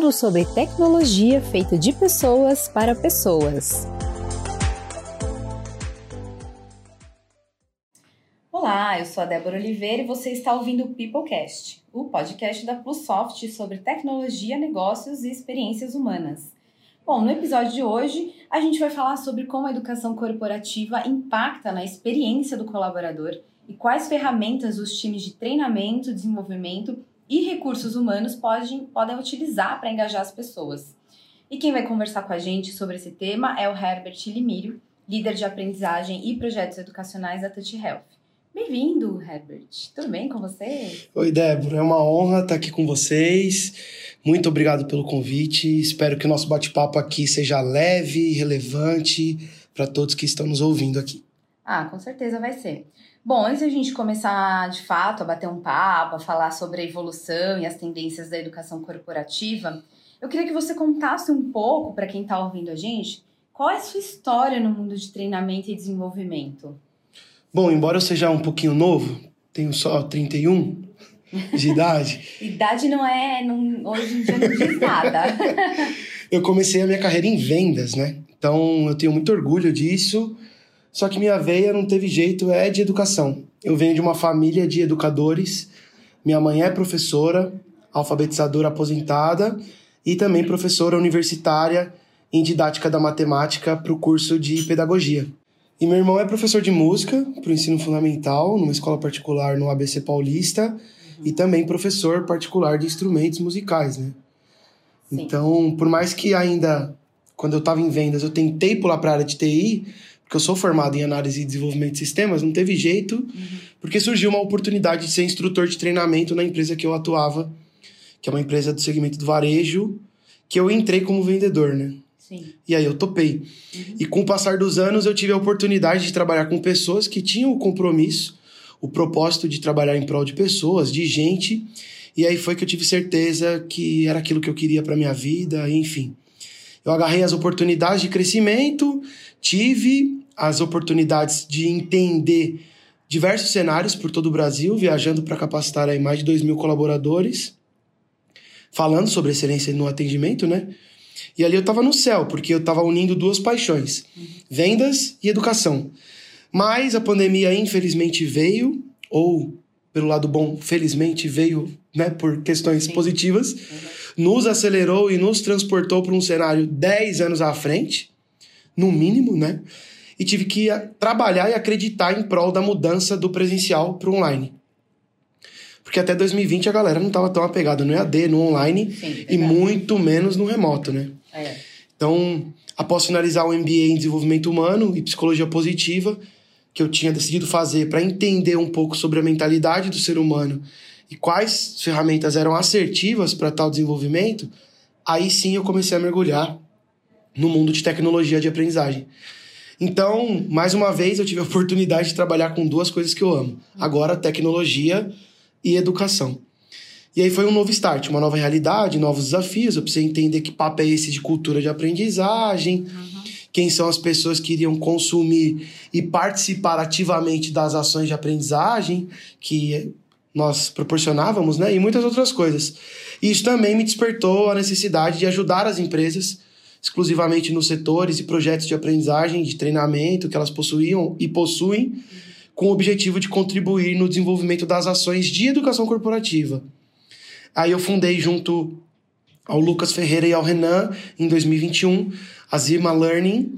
Tudo sobre tecnologia feita de pessoas para pessoas. Olá, eu sou a Débora Oliveira e você está ouvindo o PeopleCast, o podcast da Plusoft sobre tecnologia, negócios e experiências humanas. Bom, no episódio de hoje, a gente vai falar sobre como a educação corporativa impacta na experiência do colaborador e quais ferramentas os times de treinamento, desenvolvimento e recursos humanos podem utilizar para engajar as pessoas. E quem vai conversar com a gente sobre esse tema é o Herbert Limírio, líder de aprendizagem e projetos educacionais da Touch Health. Bem-vindo, Herbert. Tudo bem com você? Oi, Débora. É uma honra estar aqui com vocês. Muito obrigado pelo convite. Espero que o nosso bate-papo aqui seja leve e relevante para todos que estão nos ouvindo aqui. Com certeza vai ser. Bom, antes de a gente começar, de fato, a bater um papo, a falar sobre a evolução e as tendências da educação corporativa, eu queria que você contasse um pouco, para quem está ouvindo a gente, qual é a sua história no mundo de treinamento e desenvolvimento? Bom, embora eu seja um pouquinho novo, tenho só 31 de idade. Idade hoje em dia não diz nada. Eu comecei a minha carreira em vendas, né? Então eu tenho muito orgulho disso. Só que minha veia não teve jeito, é de educação. Eu venho de uma família de educadores. Minha mãe é professora, alfabetizadora aposentada e também professora universitária em didática da matemática para o curso de pedagogia. E meu irmão é professor de música para o ensino fundamental, numa escola particular no ABC Paulista, e também professor particular de instrumentos musicais, né? Sim. Então, por mais que ainda, quando eu estava em vendas, eu tentei pular para a área de TI, porque eu sou formado em análise e desenvolvimento de sistemas, não teve jeito, porque surgiu uma oportunidade de ser instrutor de treinamento na empresa que eu atuava, que é uma empresa do segmento do varejo, que eu entrei como vendedor, né? Sim. E aí eu topei. E com o passar dos anos, eu tive a oportunidade de trabalhar com pessoas que tinham o compromisso, o propósito de trabalhar em prol de pessoas, de gente, e aí foi que eu tive certeza que era aquilo que eu queria para minha vida, enfim. Eu agarrei as oportunidades de crescimento, tive as oportunidades de entender diversos cenários por todo o Brasil, viajando para capacitar aí mais de 2.000 colaboradores, falando sobre excelência no atendimento, né? E ali eu estava no céu, porque eu estava unindo duas paixões, vendas e educação. Mas a pandemia infelizmente veio, ou pelo lado bom, felizmente veio, né, por questões positivas, nos acelerou e nos transportou para um cenário 10 anos à frente, no mínimo, né? E tive que trabalhar e acreditar em prol da mudança do presencial para o online. Porque até 2020 a galera não estava tão apegada no EAD, no online, e muito menos no remoto, né? Então, após finalizar o MBA em Desenvolvimento Humano e Psicologia Positiva, que eu tinha decidido fazer para entender um pouco sobre a mentalidade do ser humano e quais ferramentas eram assertivas para tal desenvolvimento, aí sim eu comecei a mergulhar no mundo de tecnologia de aprendizagem. Então, mais uma vez, eu tive a oportunidade de trabalhar com duas coisas que eu amo. Agora, tecnologia e educação. E aí foi um novo start, uma nova realidade, novos desafios. Eu precisei entender que papo é esse de cultura de aprendizagem, quem são as pessoas que iriam consumir e participar ativamente das ações de aprendizagem que nós proporcionávamos, né? E muitas outras coisas. E isso também me despertou a necessidade de ajudar as empresas, exclusivamente nos setores e projetos de aprendizagem, de treinamento que elas possuíam e possuem, com o objetivo de contribuir no desenvolvimento das ações de educação corporativa. Aí eu fundei junto ao Lucas Ferreira e ao Renan, em 2021, a Zima Learning,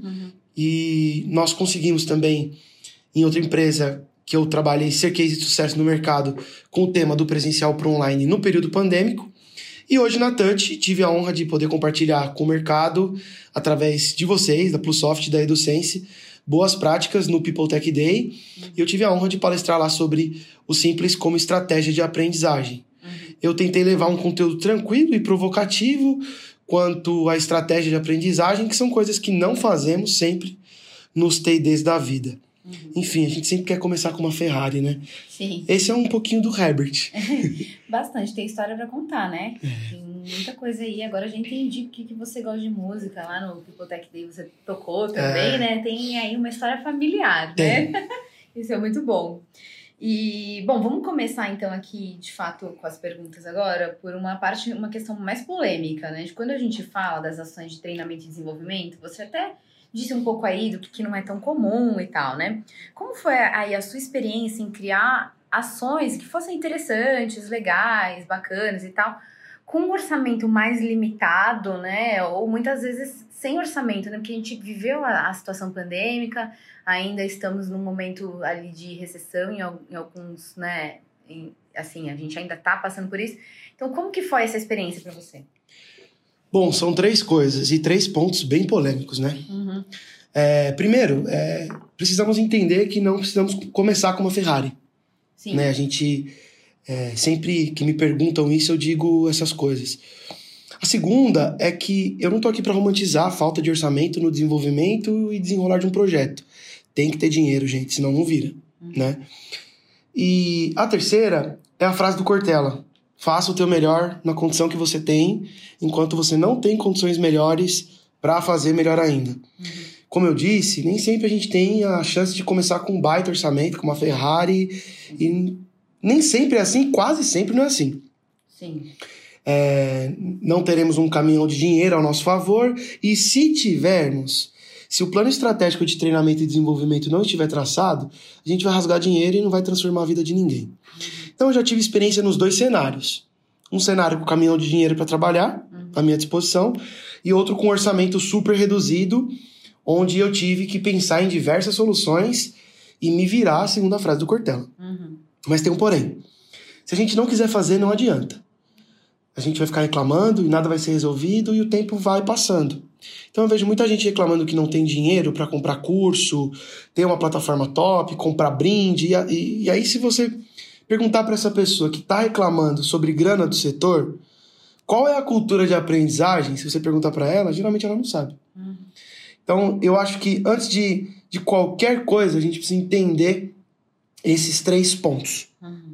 e nós conseguimos também, em outra empresa que eu trabalhei, ser case de sucesso no mercado, com o tema do presencial para online no período pandêmico. E hoje na Touch tive a honra de poder compartilhar com o mercado, através de vocês, da Plusoft, da EduSense, boas práticas no People Tech Day. E eu tive a honra de palestrar lá sobre o simples como estratégia de aprendizagem. Eu tentei levar um conteúdo tranquilo e provocativo quanto à estratégia de aprendizagem, que são coisas que não fazemos sempre nos T&Ds da vida. Enfim, a gente sempre quer começar com uma Ferrari, né? Sim. Esse é um pouquinho do Herbert. Bastante, tem história pra contar, né? Tem muita coisa aí. Agora eu já entendi porque que você gosta de música. Lá no People Tech Day você tocou também, né? Tem aí uma história familiar, né? Isso é muito bom. E, bom, vamos começar então aqui, de fato, com as perguntas agora, por uma questão mais polêmica, né? De quando a gente fala das ações de treinamento e desenvolvimento, você até disse um pouco aí do que não é tão comum e tal, né? Como foi aí a sua experiência em criar ações que fossem interessantes, legais, bacanas e tal, com um orçamento mais limitado, né? Ou muitas vezes sem orçamento, né? Porque a gente viveu a situação pandêmica, ainda estamos num momento ali de recessão em alguns, né? Assim, a gente ainda está passando por isso. Então, como que foi essa experiência para você? Bom, são 3 coisas e 3 pontos bem polêmicos, né? Uhum. Primeiro, precisamos entender que não precisamos começar com uma Ferrari. Sim. Né? A gente, sempre que me perguntam isso, eu digo essas coisas. A segunda é que eu não tô aqui para romantizar a falta de orçamento no desenvolvimento e desenrolar de um projeto. Tem que ter dinheiro, gente, senão não vira, né? E a terceira é a frase do Cortella. Faça o teu melhor na condição que você tem, enquanto você não tem condições melhores para fazer melhor ainda. Como eu disse, nem sempre a gente tem a chance de começar com um baita orçamento, com uma Ferrari, e nem sempre é assim, quase sempre não é assim. Sim. Não teremos um caminhão de dinheiro ao nosso favor, e se tivermos, se o plano estratégico de treinamento e desenvolvimento não estiver traçado, a gente vai rasgar dinheiro e não vai transformar a vida de ninguém. Então eu já tive experiência nos 2 cenários. Um cenário com caminhão de dinheiro para trabalhar, à minha disposição, e outro com orçamento super reduzido, onde eu tive que pensar em diversas soluções e me virar, segundo a frase do Cortella. Mas tem um porém. Se a gente não quiser fazer, não adianta. A gente vai ficar reclamando e nada vai ser resolvido e o tempo vai passando. Então eu vejo muita gente reclamando que não tem dinheiro para comprar curso, ter uma plataforma top, comprar brinde. E aí se você perguntar para essa pessoa que está reclamando sobre grana do setor, qual é a cultura de aprendizagem, se você perguntar para ela, geralmente ela não sabe. Então eu acho que antes de qualquer coisa, a gente precisa entender esses 3 pontos.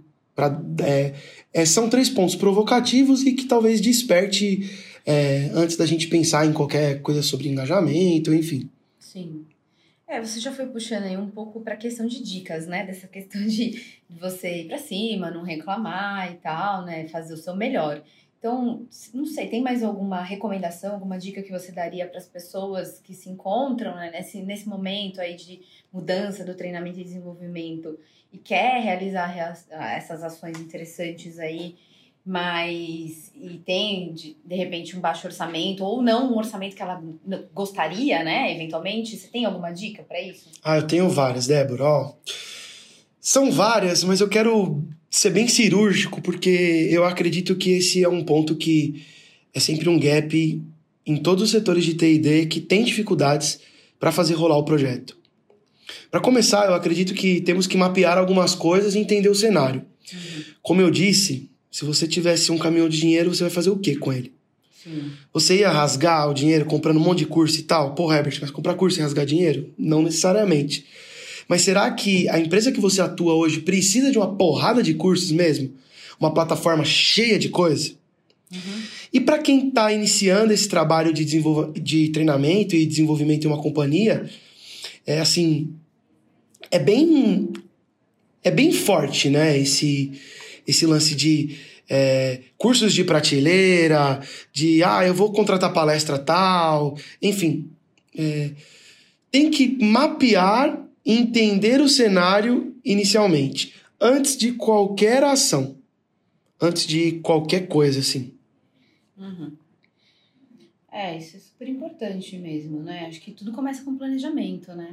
São 3 pontos provocativos e que talvez desperte antes da gente pensar em qualquer coisa sobre engajamento, enfim. Sim. Você já foi puxando aí um pouco para a questão de dicas, né? Dessa questão de você ir para cima, não reclamar e tal, né? Fazer o seu melhor. Então, não sei, tem mais alguma recomendação, alguma dica que você daria para as pessoas que se encontram, né, nesse momento aí de mudança do treinamento e desenvolvimento e quer realizar essas ações interessantes aí, mas tem, de repente, um baixo orçamento ou não um orçamento que ela gostaria, né, eventualmente? Você tem alguma dica para isso? Eu tenho várias, Débora. São várias, mas eu quero ser bem cirúrgico, porque eu acredito que esse é um ponto que é sempre um gap em todos os setores de T&D que tem dificuldades para fazer rolar o projeto. Para começar, eu acredito que temos que mapear algumas coisas e entender o cenário. Como eu disse, se você tivesse um caminhão de dinheiro, você vai fazer o quê com ele? Sim. Você ia rasgar o dinheiro comprando um monte de curso e tal? Pô, Herbert, mas comprar curso e rasgar dinheiro? Não necessariamente. Mas será que a empresa que você atua hoje precisa de uma porrada de cursos mesmo? Uma plataforma cheia de coisa? E para quem está iniciando esse trabalho de treinamento e desenvolvimento em uma companhia, é bem forte, né? Esse lance de cursos de prateleira, eu vou contratar palestra tal, enfim. Tem que mapear, entender o cenário inicialmente, antes de qualquer ação, antes de qualquer coisa, assim. Isso é super importante mesmo, né? Acho que tudo começa com planejamento, né?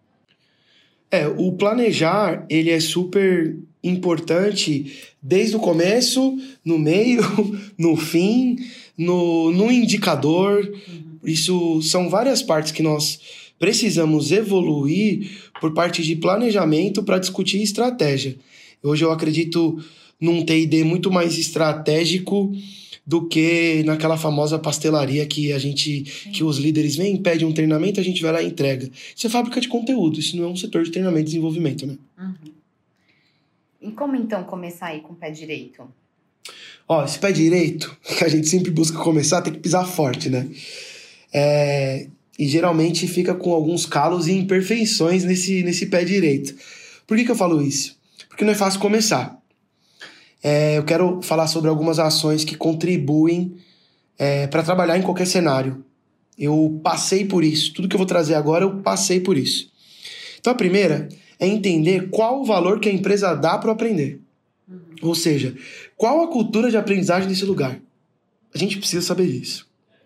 O planejar, ele é super importante desde o começo, no meio, no fim, no indicador. Isso são várias partes que nós precisamos evoluir por parte de planejamento para discutir estratégia. Hoje eu acredito num T&D muito mais estratégico do que naquela famosa pastelaria que que os líderes vêm, pedem um treinamento, a gente vai lá e entrega. Isso é fábrica de conteúdo, isso não é um setor de treinamento e desenvolvimento, né? E como então começar aí com o pé direito? Esse pé direito, que a gente sempre busca começar, tem que pisar forte, né? E geralmente fica com alguns calos e imperfeições nesse pé direito. Por que eu falo isso? porque não é fácil começar. Eu quero falar sobre algumas ações que contribuem para trabalhar em qualquer cenário. Eu passei por isso. Tudo que eu vou trazer agora, eu passei por isso. Então, a primeira é entender qual o valor que a empresa dá para aprender. Ou seja, qual a cultura de aprendizagem desse lugar. A gente precisa saber disso.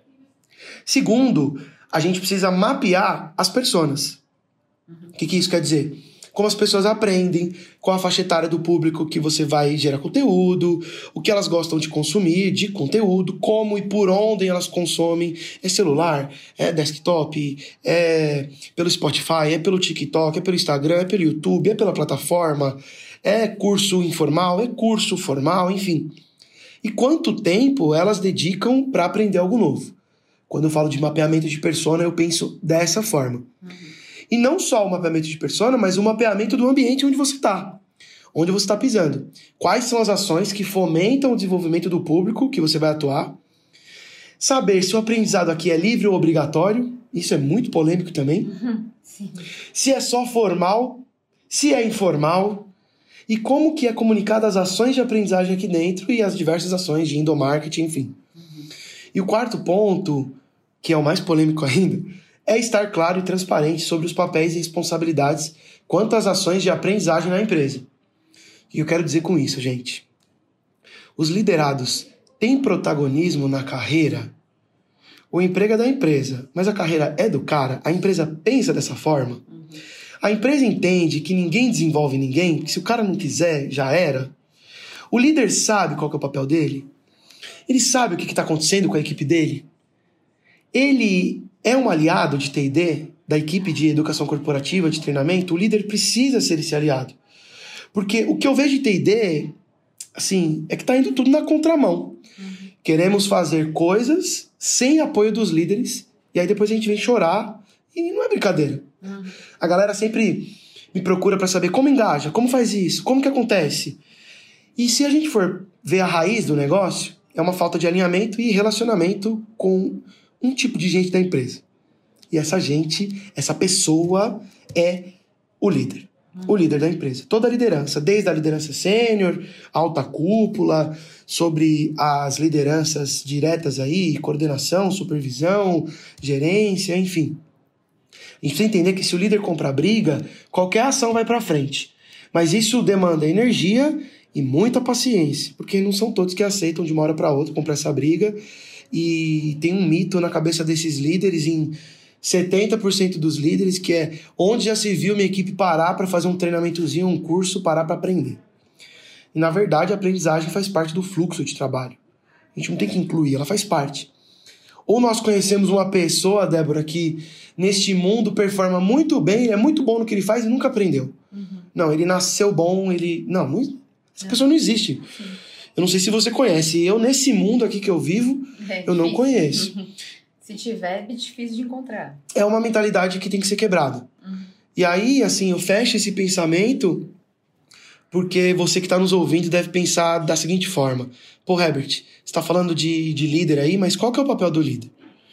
Segundo, a gente precisa mapear as personas. O que isso quer dizer? Como as pessoas aprendem, qual a faixa etária do público que você vai gerar conteúdo, o que elas gostam de consumir de conteúdo, como e por onde elas consomem. É celular, é desktop, é pelo Spotify, é pelo TikTok, é pelo Instagram, é pelo YouTube, é pela plataforma, é curso informal, é curso formal, enfim. E quanto tempo elas dedicam para aprender algo novo? Quando eu falo de mapeamento de persona, eu penso dessa forma. E não só o mapeamento de persona, mas o mapeamento do ambiente onde você está. Onde você está pisando. Quais são as ações que fomentam o desenvolvimento do público que você vai atuar. Saber se o aprendizado aqui é livre ou obrigatório. Isso é muito polêmico também. Sim. Se é só formal, se é informal. E como que é comunicada as ações de aprendizagem aqui dentro e as diversas ações de endomarketing, enfim. E o quarto ponto, que é o mais polêmico ainda, é estar claro e transparente sobre os papéis e responsabilidades quanto às ações de aprendizagem na empresa. O que eu quero dizer com isso, gente? Os liderados têm protagonismo na carreira? O emprego é da empresa, mas a carreira é do cara? A empresa pensa dessa forma? A empresa entende que ninguém desenvolve ninguém, que se o cara não quiser, já era? O líder sabe qual que é o papel dele? Ele sabe o que está acontecendo com a equipe dele? Ele é um aliado de T&D, da equipe de educação corporativa, de treinamento? O líder precisa ser esse aliado. Porque o que eu vejo de T&D, assim, é que está indo tudo na contramão. Queremos fazer coisas sem apoio dos líderes, e aí depois a gente vem chorar, e não é brincadeira. A galera sempre me procura para saber como engaja, como faz isso, como que acontece. E se a gente for ver a raiz do negócio, é uma falta de alinhamento e relacionamento com um tipo de gente da empresa. E essa gente, essa pessoa é o líder. O líder da empresa. Toda a liderança, desde a liderança sênior, alta cúpula, sobre as lideranças diretas aí, coordenação, supervisão, gerência, enfim. A gente precisa entender que se o líder comprar briga, qualquer ação vai para frente. Mas isso demanda energia e muita paciência, porque não são todos que aceitam de uma hora para outra comprar essa briga. E tem um mito na cabeça desses líderes, em 70% dos líderes, que é onde já se viu minha equipe parar para fazer um treinamentozinho, um curso, parar para aprender. E na verdade a aprendizagem faz parte do fluxo de trabalho. A gente não tem que incluir, ela faz parte. Ou nós conhecemos uma pessoa, Débora, que neste mundo performa muito bem, ele é muito bom no que ele faz e nunca aprendeu. Não, ele nasceu bom, essa pessoa não existe. Eu não sei se você conhece. Eu, nesse mundo aqui que eu vivo, eu não conheço. Se tiver, é difícil de encontrar. É uma mentalidade que tem que ser quebrada. E aí, assim, eu fecho esse pensamento porque você que está nos ouvindo deve pensar da seguinte forma. Pô, Herbert, você está falando de líder aí, mas qual que é o papel do líder?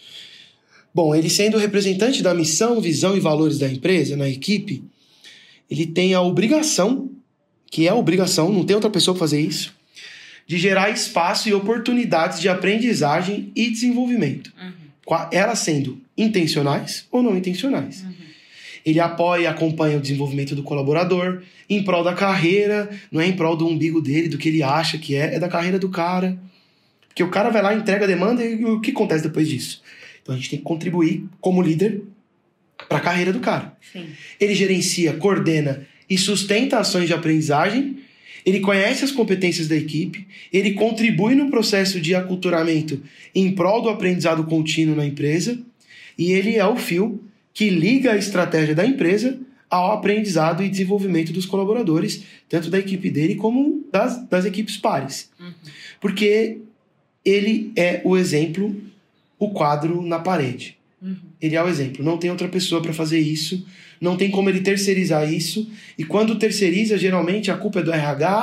Bom, ele sendo o representante da missão, visão e valores da empresa, na equipe, ele tem a obrigação, que é a obrigação, não tem outra pessoa para fazer isso, de gerar espaço e oportunidades de aprendizagem e desenvolvimento. Elas sendo intencionais ou não intencionais. Ele apoia e acompanha o desenvolvimento do colaborador em prol da carreira, não é em prol do umbigo dele, do que ele acha que é da carreira do cara. Porque o cara vai lá, entrega a demanda e o que acontece depois disso? Então a gente tem que contribuir como líder para a carreira do cara. Sim. Ele gerencia, coordena e sustenta ações de aprendizagem. Ele conhece as competências da equipe, ele contribui no processo de aculturamento em prol do aprendizado contínuo na empresa, e ele é o fio que liga a estratégia da empresa ao aprendizado e desenvolvimento dos colaboradores, tanto da equipe dele como das equipes pares. Porque ele é o exemplo, o quadro na parede. Ele é o exemplo. Não tem outra pessoa para fazer isso. Não tem como ele terceirizar isso. E quando terceiriza, geralmente a culpa é do RH,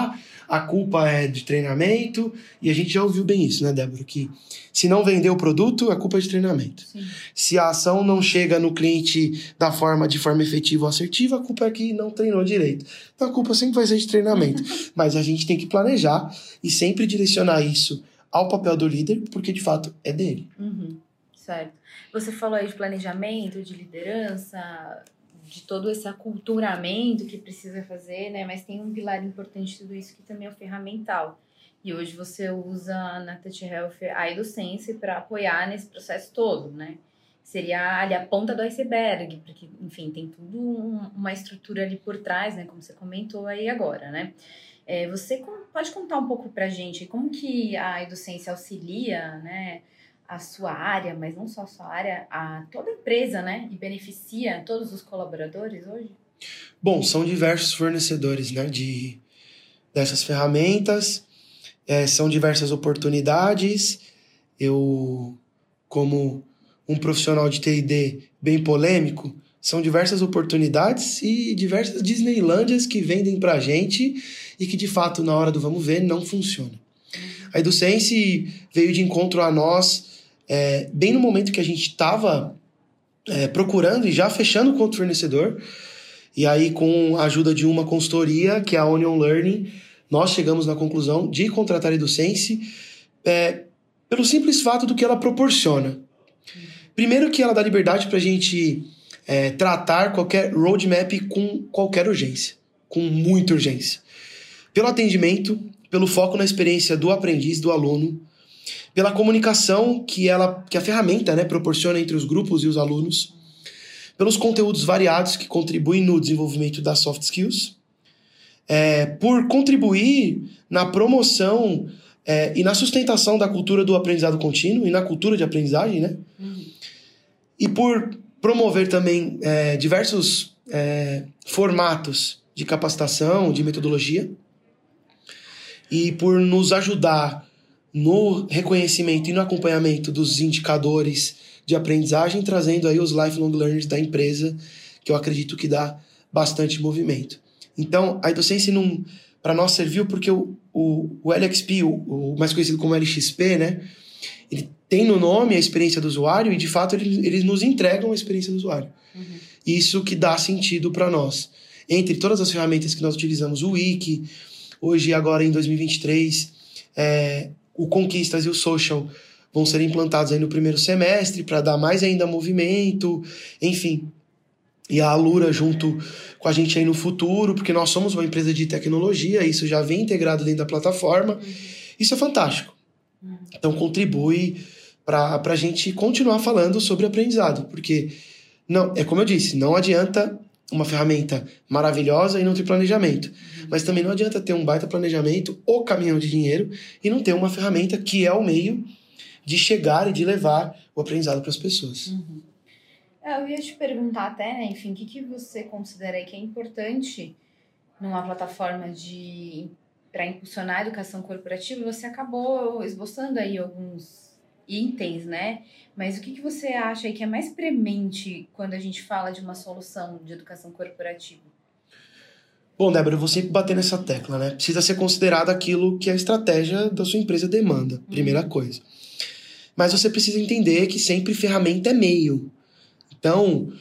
a culpa é de treinamento, e a gente já ouviu bem isso, né, Débora? Que se não vender o produto, a culpa é de treinamento. Sim. Se a ação não chega no cliente de forma efetiva ou assertiva, a culpa é que não treinou direito. Então a culpa sempre vai ser de treinamento. Mas a gente tem que planejar e sempre direcionar isso ao papel do líder, porque de fato é dele. Certo. Você falou aí de planejamento, de liderança, de todo esse aculturamento que precisa fazer, né? Mas tem um pilar importante de tudo isso que também é o ferramental. E hoje você usa na Touch Health a EduSense para apoiar nesse processo todo, né? Seria ali a ponta do iceberg, porque, enfim, tem tudo uma estrutura ali por trás, né? Como você comentou aí agora, né? Você pode contar um pouco pra gente como que a EduSense auxilia, né, a sua área, mas não só a sua área, a toda a empresa, né? E beneficia todos os colaboradores hoje? Bom, são diversos fornecedores, né, dessas ferramentas, são diversas oportunidades. Eu, como um profissional de T&D bem polêmico, são diversas oportunidades e diversas Disneylândias que vendem pra gente e que, de fato, na hora do vamos ver, não funciona. A EduSense veio de encontro a nós bem no momento que a gente estava procurando e já fechando com outro fornecedor. E aí, com a ajuda de uma consultoria, que é a Onion Learning, nós chegamos na conclusão de contratar a EduSense pelo simples fato do que ela proporciona. Primeiro que ela dá liberdade para a gente tratar qualquer roadmap com qualquer urgência, com muita urgência. Pelo atendimento, pelo foco na experiência do aprendiz, do aluno, pela comunicação que a ferramenta, né, proporciona entre os grupos e os alunos, pelos conteúdos variados que contribuem no desenvolvimento das soft skills, por contribuir na promoção e na sustentação da cultura do aprendizado contínuo e na cultura de aprendizagem, né? E por promover também diversos formatos de capacitação, de metodologia, e por nos ajudar no reconhecimento e no acompanhamento dos indicadores de aprendizagem, trazendo aí os lifelong learners da empresa, que eu acredito que dá bastante movimento. Então, a EduSense para nós serviu porque o LXP, o mais conhecido como LXP, né, ele tem no nome a experiência do usuário e, de fato, eles nos entregam a experiência do usuário. Isso que dá sentido para nós. Entre todas as ferramentas que nós utilizamos, o Wiki, hoje, agora em 2023, o Conquistas e o Social vão ser implantados aí no primeiro semestre para dar mais ainda movimento, enfim. E a Alura junto com a gente aí no futuro, porque nós somos uma empresa de tecnologia, isso já vem integrado dentro da plataforma. Isso é fantástico. Então contribui para a gente continuar falando sobre aprendizado, porque, não, como eu disse, não adianta uma ferramenta maravilhosa e não ter planejamento. Mas também não adianta ter um baita planejamento ou caminhão de dinheiro e não ter uma ferramenta que é o meio de chegar e de levar o aprendizado para as pessoas. Eu ia te perguntar até, né, enfim, o que você considera aí que é importante numa plataforma para impulsionar a educação corporativa? Você acabou esboçando aí alguns itens, né? Mas o que você acha aí que é mais premente quando a gente fala de uma solução de educação corporativa? Bom, Débora, eu vou sempre bater nessa tecla, né? Precisa ser considerado aquilo que a estratégia da sua empresa demanda, primeira coisa. Mas você precisa entender que sempre ferramenta é meio. Então,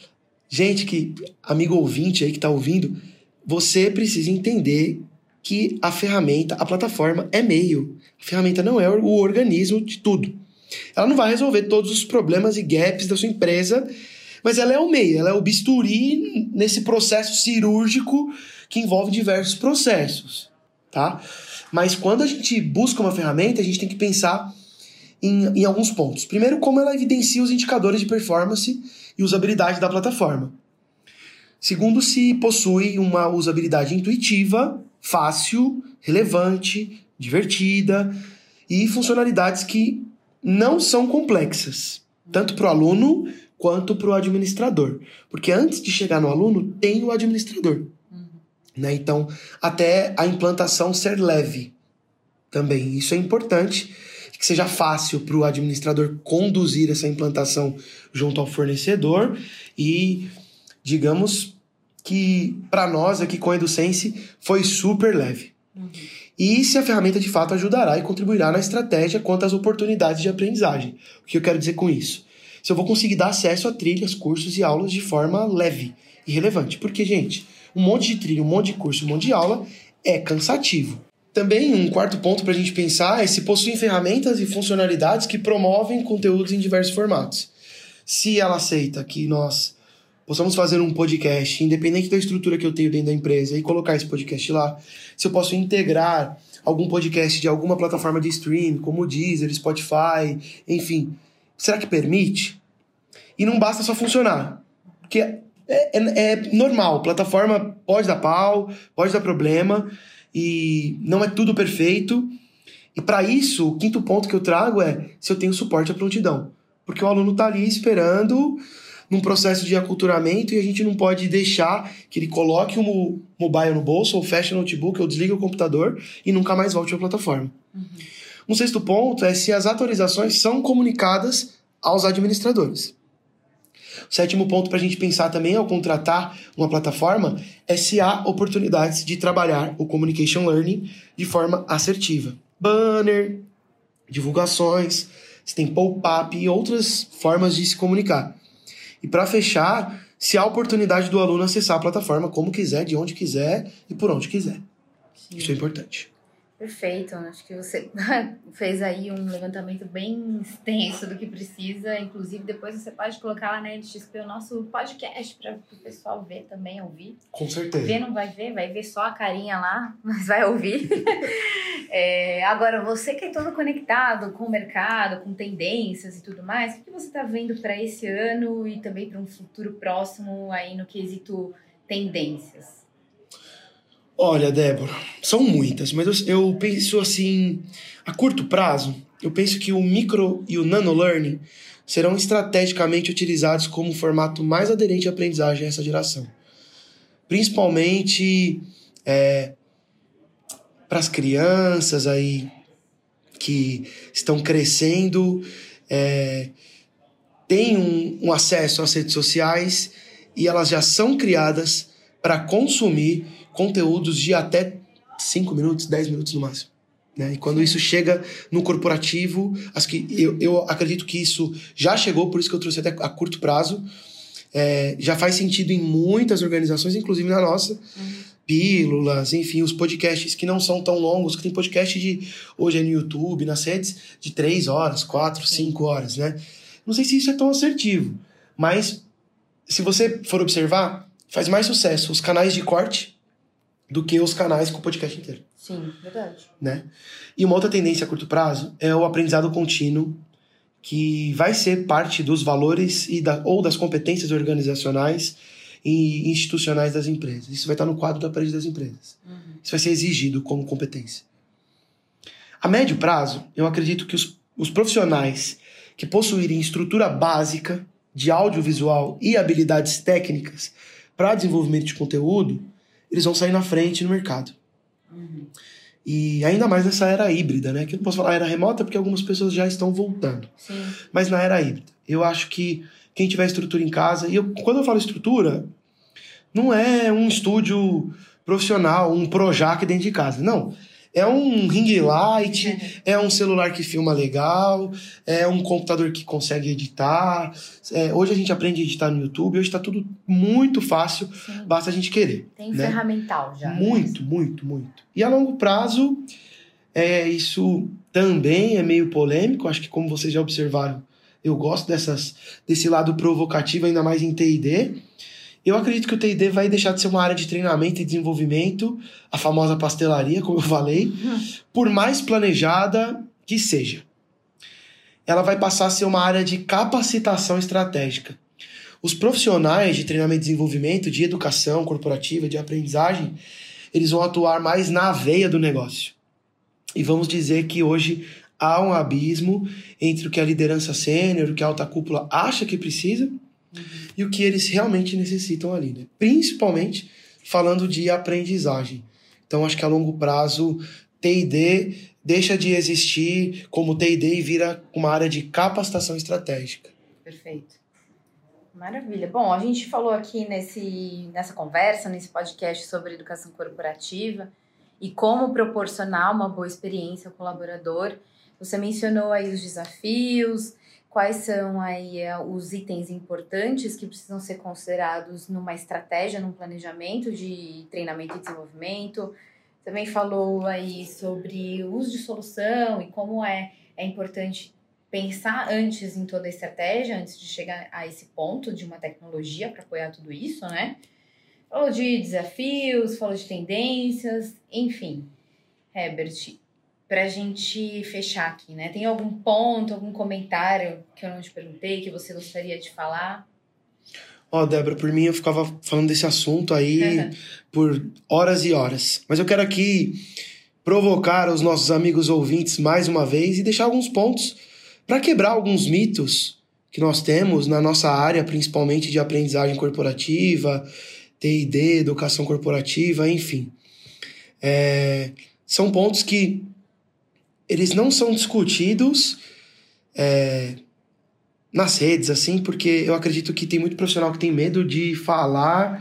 amigo ouvinte aí que está ouvindo, você precisa entender que a ferramenta, a plataforma é meio. A ferramenta não é o organismo de tudo. Ela não vai resolver todos os problemas e gaps da sua empresa, mas ela é o meio, ela é o bisturi nesse processo cirúrgico que envolve diversos processos, tá? Mas quando a gente busca uma ferramenta, a gente tem que pensar em alguns pontos. Primeiro, como ela evidencia os indicadores de performance e usabilidade da plataforma. Segundo, se possui uma usabilidade intuitiva, fácil, relevante, divertida e funcionalidades que não são complexas, tanto para o aluno quanto para o administrador. Porque antes de chegar no aluno, tem o administrador. Né? Então, até a implantação ser leve também. Isso é importante, que seja fácil para o administrador conduzir essa implantação junto ao fornecedor e, digamos que para nós aqui com a EduSense foi super leve. e se a ferramenta de fato ajudará e contribuirá na estratégia quanto às oportunidades de aprendizagem. O que eu quero dizer com isso? Se eu vou conseguir dar acesso a trilhas, cursos e aulas de forma leve e relevante. Porque, gente, um monte de trilha, um monte de curso, um monte de aula é cansativo. Também um quarto ponto para a gente pensar é se possuem ferramentas e funcionalidades que promovem conteúdos em diversos formatos. Se ela aceita que nós possamos fazer um podcast, independente da estrutura que eu tenho dentro da empresa, e colocar esse podcast lá, se eu posso integrar algum podcast de alguma plataforma de streaming, como o Deezer, Spotify, enfim, será que permite? E não basta só funcionar, porque é normal, plataforma pode dar pau, pode dar problema, e não é tudo perfeito. E para isso, o quinto ponto que eu trago é se eu tenho suporte à prontidão. Porque o aluno está ali esperando num processo de aculturamento e a gente não pode deixar que ele coloque o mobile no bolso, ou feche o notebook, ou desligue o computador e nunca mais volte à plataforma. Um sexto ponto é se as atualizações são comunicadas aos administradores. O sétimo ponto para a gente pensar também ao contratar uma plataforma é se há oportunidades de trabalhar o Communication Learning de forma assertiva. Banner, divulgações, se tem pop-up e outras formas de se comunicar. E para fechar, se há oportunidade do aluno acessar a plataforma como quiser, de onde quiser e por onde quiser. Sim. Isso é importante. Perfeito, acho que você fez aí um levantamento bem extenso do que precisa, inclusive depois você pode colocar lá na LXP o nosso podcast para o pessoal ver também, ouvir. Com certeza. Ver não vai ver só a carinha lá, mas vai ouvir. Agora, você que é todo conectado com o mercado, com tendências e tudo mais, o que você está vendo para esse ano e também para um futuro próximo aí no quesito tendências? Olha, Débora, são muitas, mas eu penso assim, a curto prazo, eu penso que o micro e o nano learning serão estrategicamente utilizados como formato mais aderente à aprendizagem a essa geração. Principalmente para as crianças aí que estão crescendo, têm um acesso às redes sociais e elas já são criadas para consumir conteúdos de até 5 minutos, 10 minutos no máximo. Né? E quando isso chega no corporativo, eu acredito que isso já chegou, por isso que eu trouxe até a curto prazo, já faz sentido em muitas organizações, inclusive na nossa, pílulas, enfim, os podcasts que não são tão longos, que tem podcast hoje é no YouTube, nas redes, de 3 horas, 4, 5 horas, né? Não sei se isso é tão assertivo, mas se você for observar, faz mais sucesso os canais de corte do que os canais com o podcast inteiro. Sim, verdade. Né? E uma outra tendência a curto prazo é o aprendizado contínuo, que vai ser parte dos valores ou das competências organizacionais e institucionais das empresas. Isso vai estar no quadro da parede das empresas. Isso vai ser exigido como competência. A médio prazo, eu acredito que os profissionais que possuírem estrutura básica de audiovisual e habilidades técnicas para desenvolvimento de conteúdo, eles vão sair na frente no mercado. E ainda mais nessa era híbrida, né? Que eu não posso falar era remota porque algumas pessoas já estão voltando. Sim. Mas na era híbrida. Eu acho que quem tiver estrutura em casa... E quando eu falo estrutura, não é um estúdio profissional, um Projac dentro de casa. Não. É um ring light, é um celular que filma legal, é um computador que consegue editar. Hoje a gente aprende a editar no YouTube, hoje está tudo muito fácil, sim, basta a gente querer. Tem ferramental já. Muito, muito, muito. E a longo prazo, isso também é meio polêmico, acho que como vocês já observaram, eu gosto desse lado provocativo, ainda mais em T&D. Eu acredito que o T&D vai deixar de ser uma área de treinamento e desenvolvimento, a famosa pastelaria, como eu falei, por mais planejada que seja. Ela vai passar a ser uma área de capacitação estratégica. Os profissionais de treinamento e desenvolvimento, de educação corporativa, de aprendizagem, eles vão atuar mais na veia do negócio. E vamos dizer que hoje há um abismo entre o que a liderança sênior, o que a alta cúpula acha que precisa, e o que eles realmente necessitam ali, né? Principalmente falando de aprendizagem. Então, acho que a longo prazo, T&D deixa de existir como T&D e vira uma área de capacitação estratégica. Perfeito. Maravilha. Bom, a gente falou aqui nessa conversa, nesse podcast sobre educação corporativa, e como proporcionar uma boa experiência ao colaborador. Você mencionou aí os desafios, quais são aí os itens importantes que precisam ser considerados numa estratégia, num planejamento de treinamento e desenvolvimento. Também falou aí sobre o uso de solução e como é importante pensar antes em toda a estratégia, antes de chegar a esse ponto de uma tecnologia para apoiar tudo isso, né? Falou de desafios, falou de tendências, enfim. Herbert, para a gente fechar aqui, né? Tem algum ponto, algum comentário que eu não te perguntei, que você gostaria de falar? Débora, por mim eu ficava falando desse assunto aí por horas e horas. Mas eu quero aqui provocar os nossos amigos ouvintes mais uma vez e deixar alguns pontos para quebrar alguns mitos que nós temos na nossa área, principalmente de aprendizagem corporativa, T&D, educação corporativa, enfim. São pontos que eles não são discutidos nas redes, assim, porque eu acredito que tem muito profissional que tem medo de falar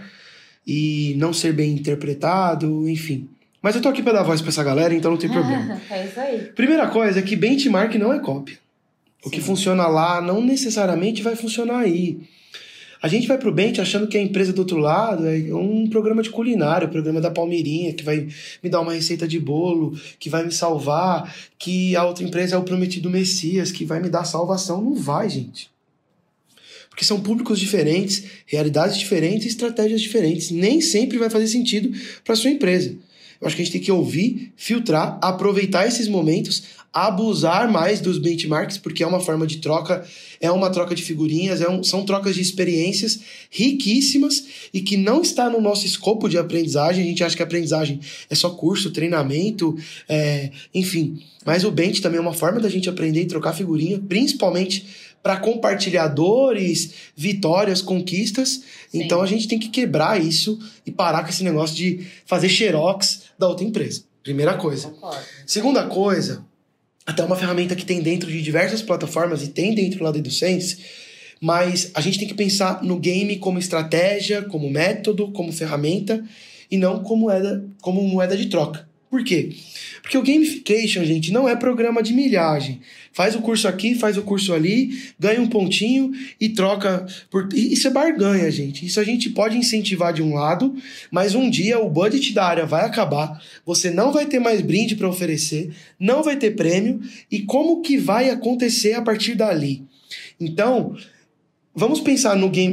e não ser bem interpretado, enfim. Mas eu tô aqui pra dar voz pra essa galera, então não tem problema. É isso aí. Primeira coisa é que benchmark não é cópia. O que funciona lá não necessariamente vai funcionar aí. A gente vai pro bench achando que a empresa do outro lado é um programa de culinária, o programa da Palmeirinha, que vai me dar uma receita de bolo, que vai me salvar, que a outra empresa é o prometido Messias, que vai me dar salvação. Não vai, gente. Porque são públicos diferentes, realidades diferentes e estratégias diferentes. Nem sempre vai fazer sentido para sua empresa. Eu acho que a gente tem que ouvir, filtrar, aproveitar esses momentos, abusar mais dos benchmarks, porque é uma forma de troca, é uma troca de figurinhas, são trocas de experiências riquíssimas e que não está no nosso escopo de aprendizagem. A gente acha que a aprendizagem é só curso, treinamento, enfim. Mas o bench também é uma forma da gente aprender e trocar figurinha, principalmente para compartilhadores, vitórias, conquistas. Sim. Então a gente tem que quebrar isso e parar com esse negócio de fazer xerox da outra empresa. Primeira coisa. Concordo. Segunda coisa, até uma ferramenta que tem dentro de diversas plataformas e tem dentro lá do EduSense, mas a gente tem que pensar no game como estratégia, como método, como ferramenta e não como moeda de troca. Por quê? Porque o gamification, gente, não é programa de milhagem. Faz o curso aqui, faz o curso ali, ganha um pontinho e troca. Isso é barganha, gente. Isso a gente pode incentivar de um lado, mas um dia o budget da área vai acabar, você não vai ter mais brinde para oferecer, não vai ter prêmio, e como que vai acontecer a partir dali? Então, vamos pensar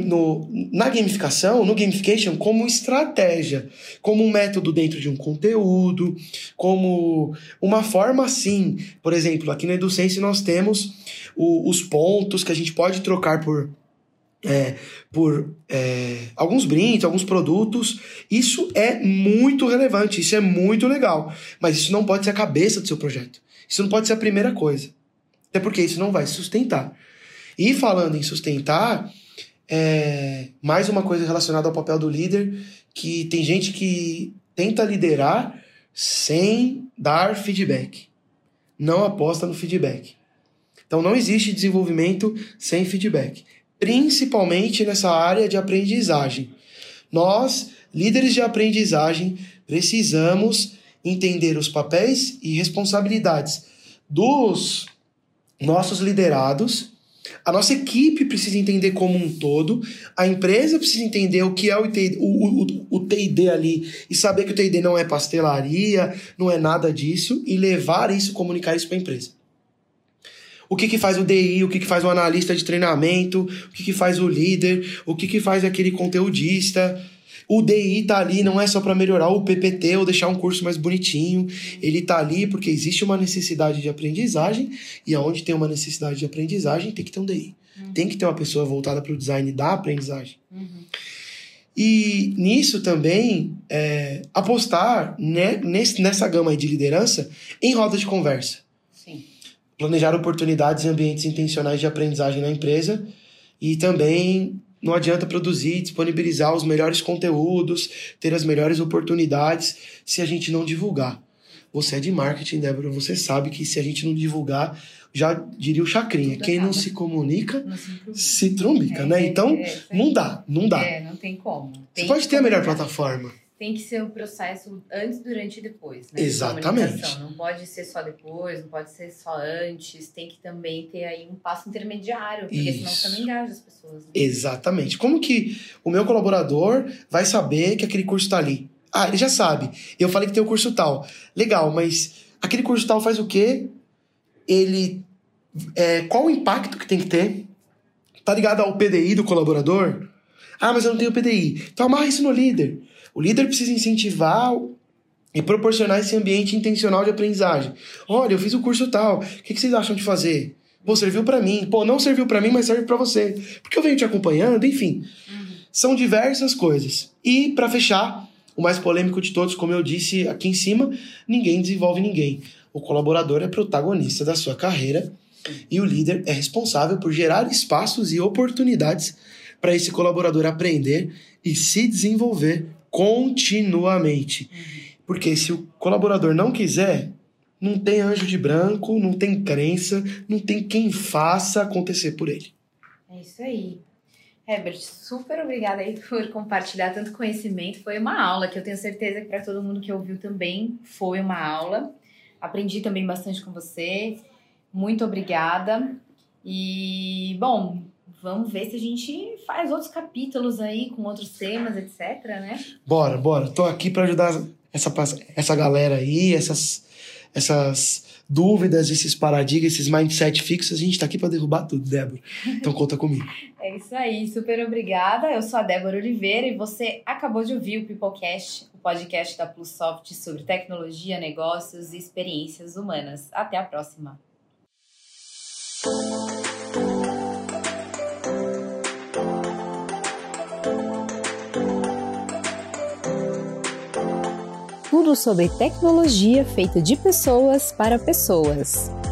na gamificação, no gamification, como estratégia, como um método dentro de um conteúdo, como uma forma assim. Por exemplo, aqui no EduSense nós temos os pontos que a gente pode trocar por alguns brindes, alguns produtos. Isso é muito relevante, isso é muito legal, mas isso não pode ser a cabeça do seu projeto. Isso não pode ser a primeira coisa, até porque isso não vai sustentar. E falando em sustentar, mais uma coisa relacionada ao papel do líder, que tem gente que tenta liderar sem dar feedback. Não aposta no feedback. Então não existe desenvolvimento sem feedback. Principalmente nessa área de aprendizagem. Nós, líderes de aprendizagem, precisamos entender os papéis e responsabilidades dos nossos liderados. A nossa equipe precisa entender como um todo, a empresa precisa entender o que é o T&D ali e saber que o T&D não é pastelaria, não é nada disso, e levar isso, comunicar isso para a empresa. O que faz o DI, o que faz o analista de treinamento, o que faz o líder, o que faz aquele conteudista. O DI tá ali não é só para melhorar o PPT ou deixar um curso mais bonitinho. Ele tá ali porque existe uma necessidade de aprendizagem, e aonde tem uma necessidade de aprendizagem tem que ter um DI. Tem que ter uma pessoa voltada para o design da aprendizagem. E nisso também apostar nessa gama aí de liderança em roda de conversa. Sim. Planejar oportunidades e ambientes intencionais de aprendizagem na empresa, e também não adianta produzir, disponibilizar os melhores conteúdos, ter as melhores oportunidades se a gente não divulgar. Você é de marketing, Débora, você sabe que se a gente não divulgar, já diria o Chacrinha, quem não se comunica, se trumbica, né? Então, não dá. Não tem como. Você pode ter a melhor plataforma. tem que ser o processo antes, durante e depois, né? Exatamente. Não pode ser só depois, não pode ser só antes, tem que também ter aí um passo intermediário, porque senão você não engaja as pessoas. Né? Exatamente. Como que o meu colaborador vai saber que aquele curso tá ali? Ah, ele já sabe. Eu falei que tem o curso tal. Legal, mas aquele curso tal faz o quê? Qual o impacto que tem que ter? Tá ligado ao PDI do colaborador? Ah, mas eu não tenho PDI. Então amarra isso no líder. O líder precisa incentivar e proporcionar esse ambiente intencional de aprendizagem. Olha, eu fiz o curso tal. O que vocês acham de fazer? Pô, serviu pra mim. Pô, não serviu pra mim, mas serve pra você. Porque eu venho te acompanhando, enfim. São diversas coisas. E, pra fechar, o mais polêmico de todos, como eu disse aqui em cima, ninguém desenvolve ninguém. O colaborador é protagonista da sua carreira e o líder é responsável por gerar espaços e oportunidades para esse colaborador aprender e se desenvolver continuamente. Porque se o colaborador não quiser, não tem anjo de branco, não tem crença, não tem quem faça acontecer por ele. É isso aí. Herbert, super obrigada aí por compartilhar tanto conhecimento. Foi uma aula que eu tenho certeza que para todo mundo que ouviu também foi uma aula. Aprendi também bastante com você. Muito obrigada. E, bom, vamos ver se a gente faz outros capítulos aí com outros temas, etc, né? Bora. Tô aqui para ajudar essa galera aí, essas dúvidas, esses paradigmas, esses mindset fixos. A gente tá aqui para derrubar tudo, Débora. Então conta comigo. É isso aí, super obrigada. Eu sou a Débora Oliveira e você acabou de ouvir o PeopleCast, o podcast da Plusoft sobre tecnologia, negócios e experiências humanas. Até a próxima. Tudo sobre tecnologia feita de pessoas para pessoas.